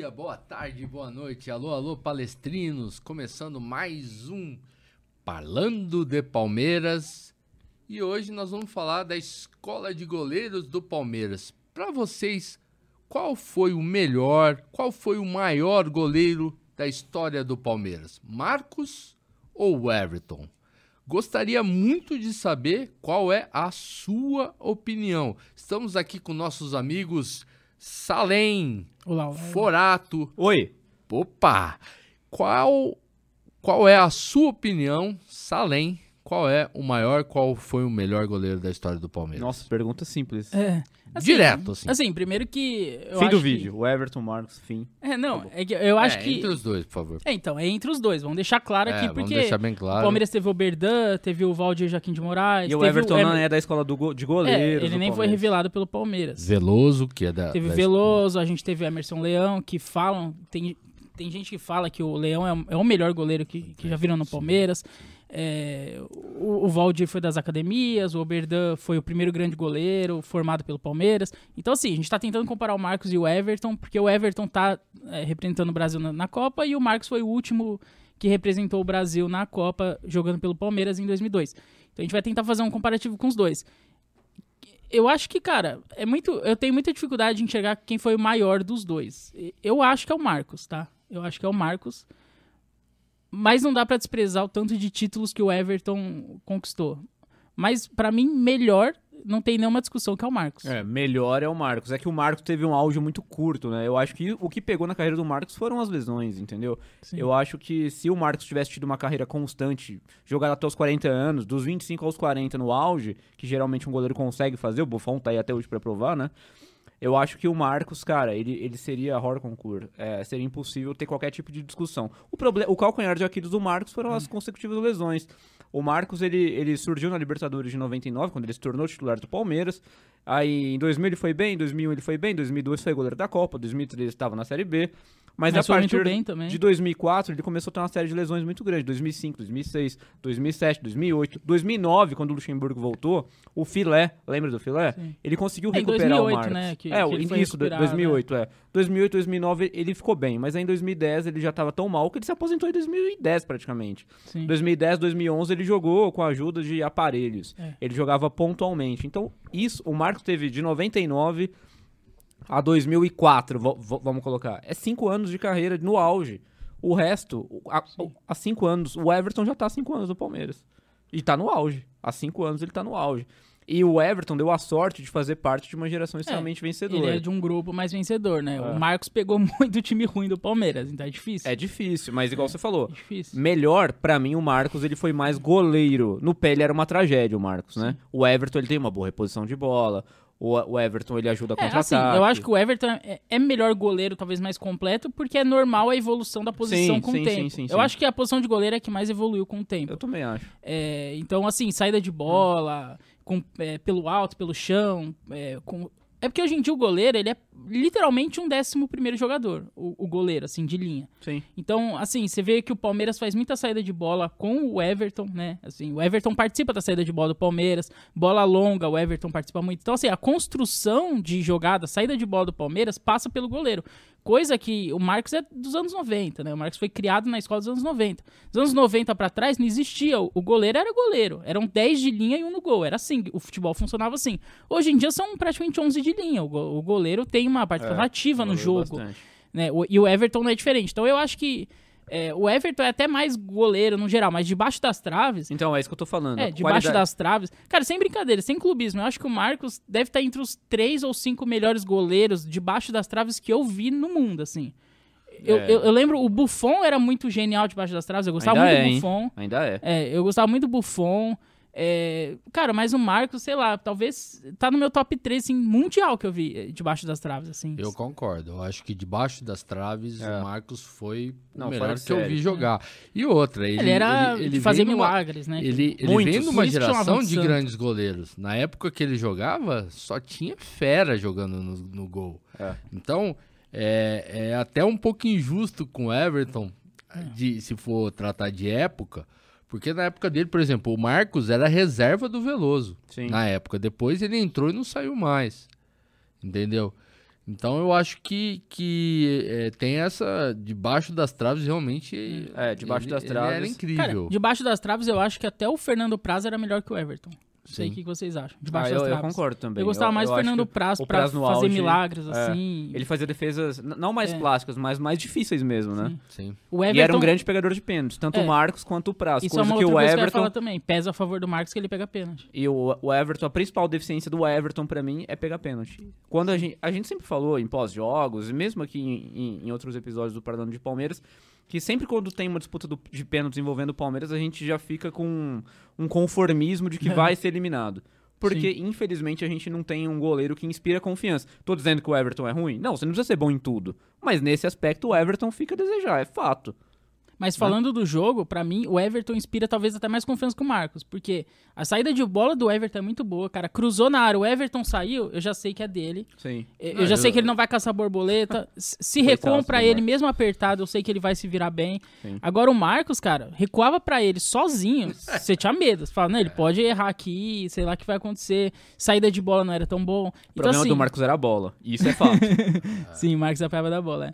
dia, boa tarde, boa noite. Alô, alô, palestrinos. Começando mais um Falando de Palmeiras. E hoje nós vamos falar da escola de goleiros do Palmeiras. Para vocês, qual foi o melhor, qual foi o maior goleiro da história do Palmeiras? Marcos ou Everton? Gostaria muito de saber qual é a sua opinião. Estamos aqui com nossos amigos Salem, Olá. Forato. Oi. Opa! Qual é a sua opinião, Salem? Qual é o maior, qual foi o melhor goleiro da história do Palmeiras? Nossa, pergunta simples. Direto, assim. Assim, primeiro que... Fim do vídeo. O Everton, Marcos, fim. É que eu acho que... Entre os dois, por favor. Então, é entre os dois. Vamos deixar claro aqui, Vamos porque deixar bem claro. o Palmeiras teve o Berdan, teve o Valdir Jaquim de Moraes... E o teve Everton não é da escola de goleiros. ele nem foi Palmeiras. revelado pelo Palmeiras. Veloso, que é da... Teve da Veloso, a gente teve Emerson Leão, que falam... Tem gente que fala que o Leão é o melhor goleiro que já viram no Palmeiras. O Valdir foi das academias, o Oberdan foi o primeiro grande goleiro formado pelo Palmeiras. Então, assim, a gente tá tentando comparar o Marcos e o Everton, porque o Everton tá representando o Brasil na Copa e o Marcos foi o último que representou o Brasil na Copa jogando pelo Palmeiras em 2002. Então, a gente vai tentar fazer um comparativo com os dois. Eu acho que, cara, eu tenho muita dificuldade de enxergar quem foi o maior dos dois. Eu acho que é o Marcos, tá? Eu acho que é o Marcos. Mas não dá pra desprezar o tanto de títulos que o Everton conquistou. Mas, pra mim, melhor, não tem nenhuma discussão, que é o Marcos. Melhor é o Marcos. É que o Marcos teve um auge muito curto, né? Eu acho que o que pegou na carreira do Marcos foram as lesões, entendeu? Sim. Eu acho que se o Marcos tivesse tido uma carreira constante, jogado até os 40 anos, dos 25 aos 40 no auge, que geralmente um goleiro consegue fazer, o Buffon tá aí até hoje pra provar, né? Eu acho que o Marcos, cara, ele seria hors concours. Seria impossível ter qualquer tipo de discussão. O calcanhar de Aquiles do Marcos foram as consecutivas lesões. O Marcos, ele surgiu na Libertadores de 99, quando ele se tornou titular do Palmeiras. Aí, em 2000 ele foi bem, em 2001 ele foi bem, em 2002 foi goleiro da Copa, em 2013 estava na Série B. Mas a foi muito partir bem também. de 2004, ele começou a ter uma série de lesões muito grandes. 2005, 2006, 2007, 2008, 2009, quando o Luxemburgo voltou, o Filé, lembra do Filé? Sim. Ele conseguiu Em recuperar 2008, o Marcos. né, que o ele foi início, recuperado, 2008, 2008, 2009 ele ficou bem, mas aí em 2010 ele já estava tão mal que ele se aposentou em 2010 praticamente. Sim. 2010, 2011 ele jogou com a ajuda de aparelhos. Ele jogava pontualmente. Então, o Marcos teve de 99 a 2004, vamos colocar. 5 anos de carreira no auge. O resto, há 5 anos, o Everton já tá há 5 anos no Palmeiras. E tá no auge. Há 5 anos ele tá no auge. E o Everton deu a sorte de fazer parte de uma geração extremamente vencedora. Ele é de um grupo mais vencedor, né? O Marcos pegou muito time ruim do Palmeiras, então é difícil. É difícil, mas igual você falou. É difícil. Melhor, pra mim, o Marcos, ele foi mais goleiro. No pé ele era uma tragédia, o Marcos, né? O Everton, ele tem uma boa reposição de bola. O Everton, ele ajuda a contra-ataque. Assim, eu acho que o Everton é melhor goleiro, talvez mais completo, porque é normal a evolução da posição com o tempo. Sim. Eu acho que a posição de goleiro é a que mais evoluiu com o tempo. Eu também acho. Então, assim, saída de bola, pelo alto, pelo chão, É porque hoje em dia o goleiro, ele é literalmente um 11º jogador, o goleiro, assim, de linha. Sim. Então, assim, você vê que o Palmeiras faz muita saída de bola com o Everton, né? Assim, o Everton participa da saída de bola do Palmeiras, bola longa, o Everton participa muito. Então, assim, a construção de jogada, saída de bola do Palmeiras passa pelo goleiro. Coisa que o Marcos é dos anos 90, né? O Marcos foi criado na escola dos anos 90. Dos anos 90 pra trás não existia. O goleiro era goleiro. Eram 10 de linha e 1 no gol. Era assim. O futebol funcionava assim. Hoje em dia são praticamente 11 de linha. O goleiro tem uma participação ativa no jogo. Né? E o Everton não é diferente. Então eu acho que o Everton é até mais goleiro no geral, mas debaixo das traves... Então, é isso que eu tô falando. Debaixo das traves... Cara, sem brincadeira, sem clubismo, eu acho que o Marcos deve estar entre os 3 ou 5 melhores goleiros debaixo das traves que eu vi no mundo, assim. Eu lembro, o Buffon era muito genial debaixo das traves, eu gostava muito do Buffon. Ainda é. Eu gostava muito do Buffon. Cara, mas o Marcos, sei lá, talvez tá no meu top 3 assim, mundial que eu vi debaixo das traves, assim. Eu concordo, eu acho que debaixo das traves o Marcos foi o melhor fora que sério. eu vi jogar. E outra, Ele era de fazer milagres, né? Ele vem numa geração de grandes goleiros. Na época que ele jogava, só tinha fera jogando no gol. Então, é até um pouco injusto com o Everton, se for tratar de época. Porque na época dele, por exemplo, o Marcos era reserva do Veloso. Sim. Na época. Depois ele entrou e não saiu mais. Entendeu? Então eu acho que tem essa... Debaixo das traves, realmente... Debaixo das ele traves. era incrível. Cara, debaixo das traves eu acho que até o Fernando Praz era melhor que o Everton. Não sei o que vocês acham. Debaixo das eu traves. concordo também. Eu gostava mais do Fernando Praz pra no fazer auge, milagres, assim. Ele fazia defesas não mais plásticas, mas mais difíceis mesmo, né? Sim. O Everton, E era um grande pegador de pênaltis, tanto o Marcos quanto o Praz. Isso é Coisa uma que outra o coisa que eu ia Everton... falar também. Pesa a favor do Marcos que ele pega pênalti. E o Everton, a principal deficiência do Everton pra mim é pegar pênalti. Quando a gente sempre falou em pós-jogos, e mesmo aqui em outros episódios do Parlando de Palmeiras, que sempre quando tem uma disputa de pênaltis envolvendo o Palmeiras, a gente já fica com um conformismo de que vai ser eliminado. Porque, infelizmente, a gente não tem um goleiro que inspira confiança. Tô dizendo que o Everton é ruim? Não, você não precisa ser bom em tudo. Mas nesse aspecto, o Everton fica a desejar, é fato. Mas falando do jogo, pra mim, o Everton inspira talvez até mais confiança que o Marcos. Porque a saída de bola do Everton é muito boa, cara. Cruzou na área, o Everton saiu, eu já sei que é dele. Sim. Eu já sei que ele não vai caçar borboleta. Se recuam pra ele, mesmo apertado, eu sei que ele vai se virar bem. Sim. Agora o Marcos, cara, recuava pra ele sozinho, você tinha medo. Você fala, não, ele pode errar aqui, sei lá o que vai acontecer. Saída de bola não era tão bom. O problema do Marcos era a bola, e isso é fato. Sim, o Marcos apanhava da bola,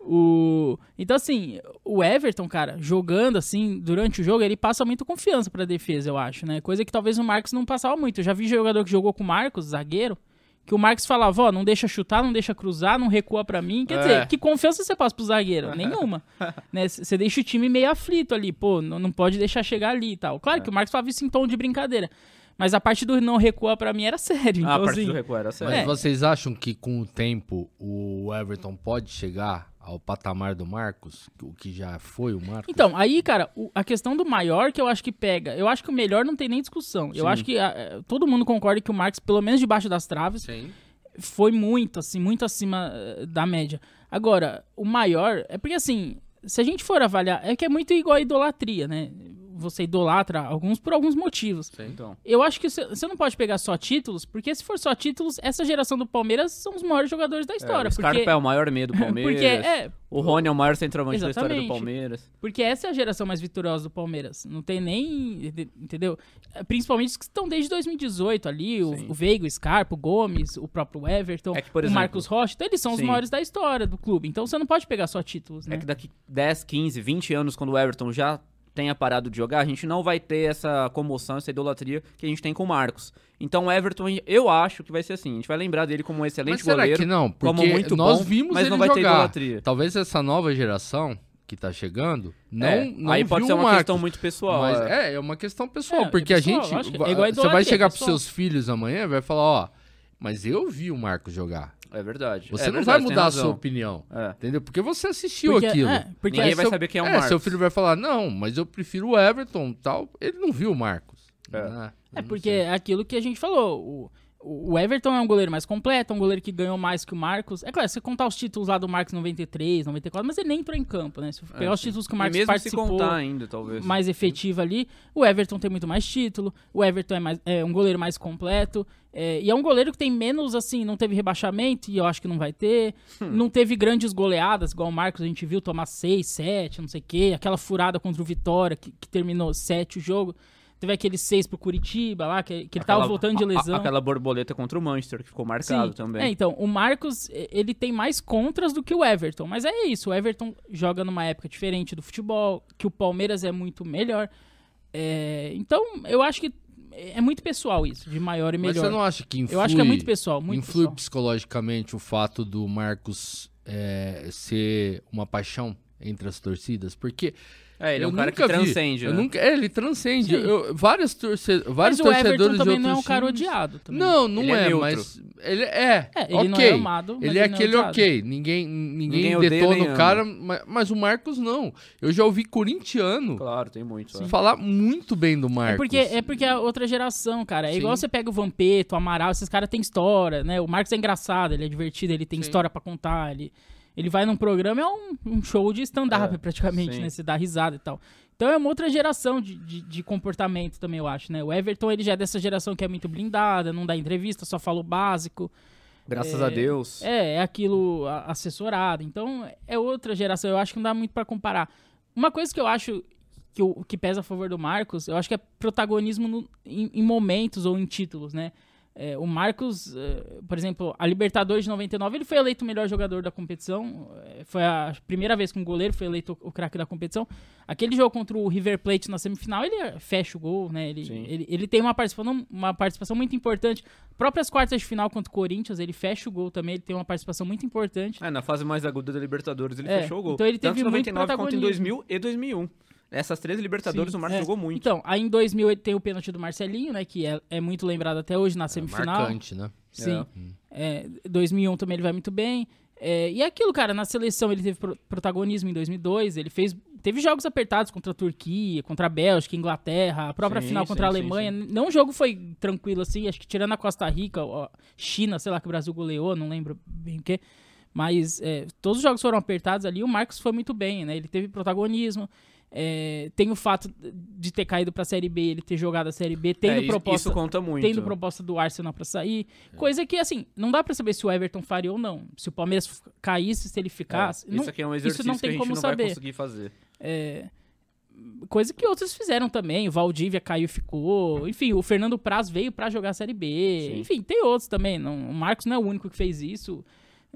Então, assim, o Everton, cara, jogando, assim, durante o jogo, ele passa muita confiança pra defesa, eu acho, né? Coisa que talvez o Marcos não passava muito. Eu já vi jogador que jogou com o Marcos, zagueiro, que o Marcos falava, não deixa chutar, não deixa cruzar, não recua pra mim. Quer dizer, que confiança você passa pro zagueiro? Nenhuma. Né? Você deixa o time meio aflito ali, não pode deixar chegar ali e tal. Claro que o Marcos falava isso em tom de brincadeira. Mas a parte do não recuar pra mim era sério. Então, A parte assim, do recuar era sério. Mas vocês acham que com o tempo o Everton pode chegar ao patamar do Marcos? O que já foi o Marcos? Então, aí, cara, a questão do maior que eu acho que pega. Eu acho que o melhor não tem nem discussão. Sim. Eu acho que todo mundo concorda que o Marcos, pelo menos debaixo das traves, Sim. foi muito acima da média. Agora, o maior é porque, assim, se a gente for avaliar, é que é muito igual a idolatria, né? Você idolatra alguns por alguns motivos. Sim. Então. Eu acho que você não pode pegar só títulos, porque se for só títulos, essa geração do Palmeiras são os maiores jogadores da história. O Scarpa é o maior medo do Palmeiras. O Rony é o maior centroavante da história do Palmeiras. Porque essa é a geração mais vitoriosa do Palmeiras. Não tem nem... Entendeu? Principalmente os que estão desde 2018 ali. O Veiga, o Scarpa, o Gomes, o próprio Everton, por exemplo, o Marcos Rocha. Então eles são os maiores da história do clube. Então você não pode pegar só títulos, né? É que daqui 10, 15, 20 anos, quando o Everton já tenha parado de jogar, a gente não vai ter essa comoção, essa idolatria que a gente tem com o Marcos. Então o Everton, eu acho que vai ser assim. A gente vai lembrar dele como um excelente Mas será goleiro, que não? Porque como muito nós bom, vimos mas ele não vai jogar. ter idolatria. Talvez essa nova geração que tá chegando não aí viu pode ser o uma Marcos. questão muito pessoal. Mas é uma questão pessoal, porque pessoal, a gente lógico, é igual a você vai idolatria, chegar pros pessoal. seus filhos amanhã e vai falar, mas eu vi o Marcos jogar. É verdade. Você não verdade, vai tem mudar a razão. sua opinião, É. entendeu? Porque você assistiu Porque- aquilo. porque Ninguém aí vai saber quem é o Marcos. Seu filho vai falar, não, mas eu prefiro o Everton e tal. Ele não viu o Marcos. É porque é aquilo que a gente falou. O Everton é um goleiro mais completo, é um goleiro que ganhou mais que o Marcos. É claro, se você contar os títulos lá do Marcos 93, 94, mas ele nem entrou em campo, né? Se você pegar os títulos que o Marcos e mesmo participou, se contar ainda, talvez. mais efetivo ali, o Everton tem muito mais título, o Everton é um goleiro mais completo, e é um goleiro que tem menos, assim, não teve rebaixamento, e eu acho que não vai ter, não teve grandes goleadas, igual o Marcos, a gente viu tomar 6, 7, não sei o quê, aquela furada contra o Vitória, que terminou 7 o jogo. Teve aquele 6 pro Curitiba lá, que ele tava voltando de lesão. Aquela borboleta contra o Manchester, que ficou marcado também. Então, o Marcos, ele tem mais contras do que o Everton. Mas é isso, o Everton joga numa época diferente do futebol, que o Palmeiras é muito melhor. Então, eu acho que é muito pessoal isso, de maior e melhor. Mas você não acha que influi... Eu acho que é muito pessoal, muito influi pessoal. psicologicamente o fato do Marcos ser uma paixão entre as torcidas? Porque... ele é um eu cara que nunca vi. transcende, né? Ele transcende. Vários torcedores Mas o Everton de também não é um outros cara times- odiado. Também. Não Ele é neutro. mas ele é. Ele ok. não é amado, mas Ele ele é não é aquele odiado. ok. Ninguém odeia detona nem o ama. cara, mas o Marcos não. Eu já ouvi corintiano Claro, tem muito. falar muito bem do Marcos. É porque é a outra geração, cara. É Sim. igual você pega o Vampetto, o Amaral, esses caras têm história, né? O Marcos é engraçado, ele é divertido, ele tem história pra contar, ele vai num programa, é um show de stand-up praticamente, sim. né? Você dá risada e tal. Então é uma outra geração de comportamento também, eu acho, né? O Everton, ele já é dessa geração que é muito blindada, não dá entrevista, só fala o básico. Graças a Deus. É aquilo assessorado. Então é outra geração, eu acho que não dá muito pra comparar. Uma coisa que eu acho que pesa a favor do Marcos, eu acho que é protagonismo em momentos ou em títulos, né? O Marcos, por exemplo, a Libertadores de 99, ele foi eleito o melhor jogador da competição. Foi a primeira vez que um goleiro foi eleito o craque da competição. Aquele jogo contra o River Plate na semifinal, ele fecha o gol, né? Ele tem uma participação muito importante. Próprias quartas de final contra o Corinthians, ele fecha o gol também. Ele tem uma participação muito importante. Na fase mais aguda da Libertadores, ele fechou o gol. Então ele teve tanto em muito 99 quanto em protagonismo. 2000 e 2001. Essas 3 Libertadores o Marcos jogou muito. Então, aí em 2000 ele tem o pênalti do Marcelinho, né? Que é muito lembrado até hoje na semifinal. Marcante, né? Sim. 2001 também ele vai muito bem. E aquilo, cara, na seleção ele teve protagonismo em 2002. Ele teve jogos apertados contra a Turquia, contra a Bélgica, Inglaterra, a própria final contra a Alemanha. Não o jogo foi tranquilo assim, acho que tirando a Costa Rica, China, sei lá, que o Brasil goleou, não lembro bem o que. Mas todos os jogos foram apertados ali. O Marcos foi muito bem, né? Ele teve protagonismo. Tem o fato de ter caído pra Série B, ele ter jogado a Série B, tendo proposta, isso conta muito. Tendo proposta do Arsenal pra sair. Coisa que, assim, não dá pra saber se o Everton faria ou não. Se o Palmeiras caísse, se ele ficasse. Isso aqui é um exercício isso não tem que a gente como não saber. vai conseguir fazer. Coisa que outros fizeram também. O Valdívia caiu e ficou. Enfim, o Fernando Praz veio pra jogar a Série B. Sim. Enfim, tem outros também. O Marcos não é o único que fez isso.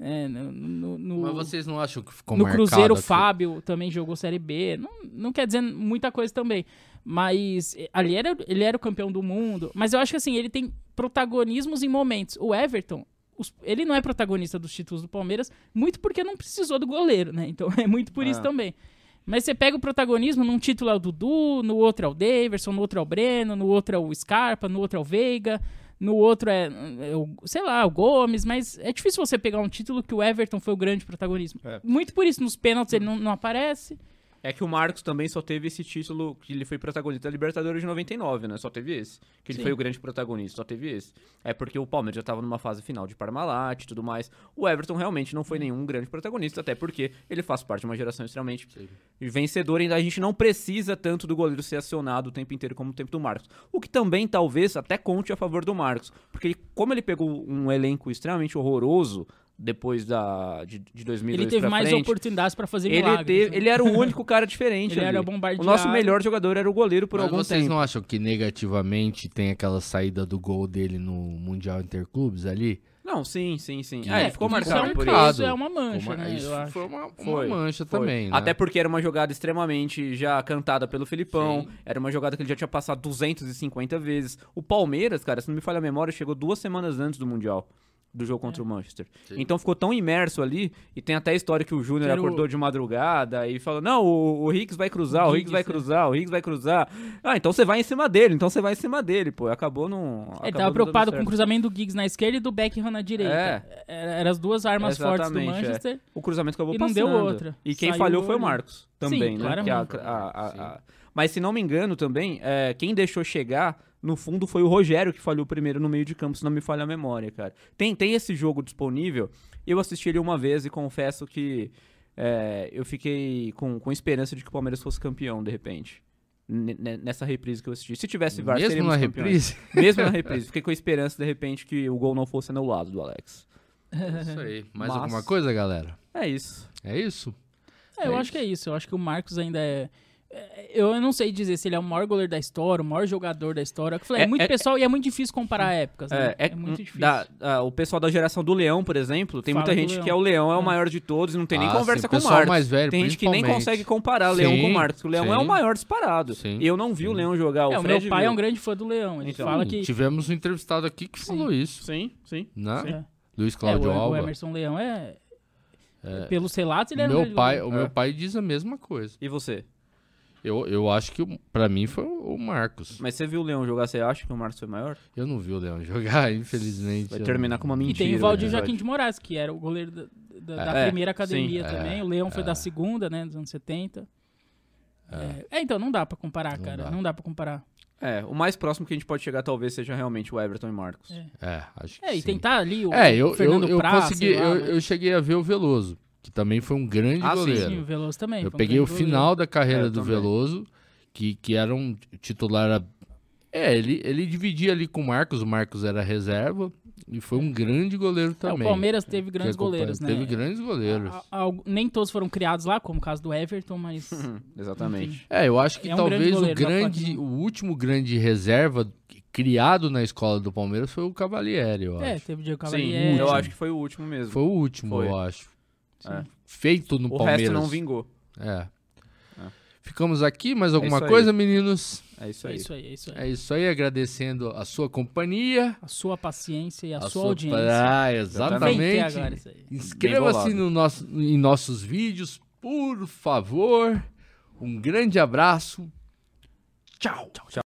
Mas vocês não acham que ficou no marcado Cruzeiro, o aqui? Fábio também jogou Série B. Não quer dizer muita coisa também. Mas ali ele era o campeão do mundo. Mas eu acho que assim, ele tem protagonismos em momentos. O Everton, ele não é protagonista dos títulos do Palmeiras, muito porque não precisou do goleiro, né? Então é muito por isso também. Mas você pega o protagonismo, num título é o Dudu, no outro é o Daverson, no outro é o Breno, no outro é o Scarpa, no outro é o Veiga, no outro sei lá, o Gomes, mas é difícil você pegar um título que o Everton foi o grande protagonismo. Muito por isso, nos pênaltis ele não aparece. É que o Marcos também só teve esse título, que ele foi protagonista da Libertadores de 99, né? Só teve esse. Que ele foi o grande protagonista, só teve esse. É porque o Palmeiras já tava numa fase final de Parmalat e tudo mais. O Everton realmente não foi nenhum grande protagonista, até porque ele faz parte de uma geração extremamente vencedora. Ainda a gente não precisa tanto do goleiro ser acionado o tempo inteiro como o tempo do Marcos. O que também, talvez, até conte a favor do Marcos. Porque como ele pegou um elenco extremamente horroroso depois de 2002 ele teve pra mais frente, oportunidades pra fazer milagres. ele era o único cara diferente ele ali. era bombardeado. O nosso melhor jogador era o goleiro por Mas algum vocês tempo. não acham que negativamente tem aquela saída do gol dele no Mundial Interclubes ali? Não, sim. Ele ficou marcado por marcado. isso. Isso é uma mancha, né? Isso eu acho. foi uma mancha também, né? Até porque era uma jogada extremamente já cantada pelo Felipão. Sim. Era uma jogada que ele já tinha passado 250 vezes. O Palmeiras, cara, se não me falha a memória, chegou 2 semanas antes do Mundial. Do jogo contra o Manchester. Sim. Então ficou tão imerso ali, e tem até a história que o Júnior acordou de madrugada e falou, não, o Higgs vai cruzar, o Higgs vai cruzar. Ah, então você vai em cima dele, pô. Acabou não... Ele tava preocupado com o cruzamento do Giggs na esquerda e do Beckham na direita. Eram as duas armas fortes do Manchester. O cruzamento acabou e não passando. deu outra. E quem Saiu falhou foi o ali. Marcos também, Sim, né? claramente. Mas se não me engano também, quem deixou chegar, no fundo, foi o Rogério que falhou primeiro no meio de campo, se não me falha a memória, cara. Tem esse jogo disponível, eu assisti ele uma vez e confesso que eu fiquei com esperança de que o Palmeiras fosse campeão, de repente. Nessa reprise que eu assisti. Se tivesse VAR, Mesmo seríamos na campeões. reprise? Mesmo na reprise. Fiquei com esperança, de repente, que o gol não fosse anulado do Alex. Isso aí. Mais Mas- alguma coisa, galera? É isso. É isso? Eu acho que é isso. Eu acho que o Marcos ainda é... Eu não sei dizer se ele é o maior goleiro da história, o maior jogador da história. Eu falei, é muito pessoal e é muito difícil comparar épocas, né? É muito difícil. O pessoal da geração do Leão, por exemplo, tem Fala muita do gente Leão. que o Leão é o maior de todos e não tem nem conversa sim, o com o pessoal Marcos. mais velho, Tem gente que nem principalmente. consegue comparar o Leão Sim, com o Marcos. O Leão sim. é o maior disparado. Sim. E eu não vi o Leão jogar. O Fred meu pai viu. é um grande fã do Leão. Ele Então, fala que... Tivemos um entrevistado aqui que falou isso, Sim. né? É. Luiz Cláudio o Alba. Emerson Leão pelos relatos, ele era O meu pai diz a mesma coisa. E você? Eu acho que pra mim foi o Marcos. Mas você viu o Leão jogar, você acha que o Marcos foi maior? Eu não vi o Leão jogar, infelizmente. Vai eu terminar não- com uma E mentira. tem o Valdir né? Joaquim de Moraes, que era o goleiro da É, primeira academia sim, também. O Leão foi da segunda, né, dos anos 70. Então não dá pra comparar, Não cara. dá. Não dá pra comparar. O mais próximo que a gente pode chegar talvez seja realmente o Everton e Marcos. Acho que E sim. tentar ali o eu Fernando Praz, consegui, sei lá, né? eu cheguei a ver o Veloso, que também foi um grande Ah, sim, goleiro. Sim, o Veloso também. Eu foi um peguei o grande goleiro. final da carreira Eu do também. Veloso, que era um titular Ele dividia ali com o Marcos era reserva e foi um grande goleiro também. O Palmeiras teve grandes goleiros, né? Teve grandes goleiros. Nem todos foram criados lá, como o caso do Everton, mas... Exatamente. Enfim. Eu acho que É um talvez grande goleiro, o último grande reserva criado na escola do Palmeiras foi o Cavalieri, eu acho. Teve o Diego Sim, Cavalieri. eu acho que foi o último mesmo. Foi o último, Foi. eu acho. É. Feito no O Palmeiras. resto não vingou. Ficamos aqui, mais alguma isso aí. coisa, meninos? É isso É aí. isso aí, é isso aí. É isso aí, agradecendo a sua companhia. A sua paciência e a sua audiência. Exatamente. Inventei agora isso aí. Inscreva-se em nossos vídeos, por favor. Um grande abraço. Tchau.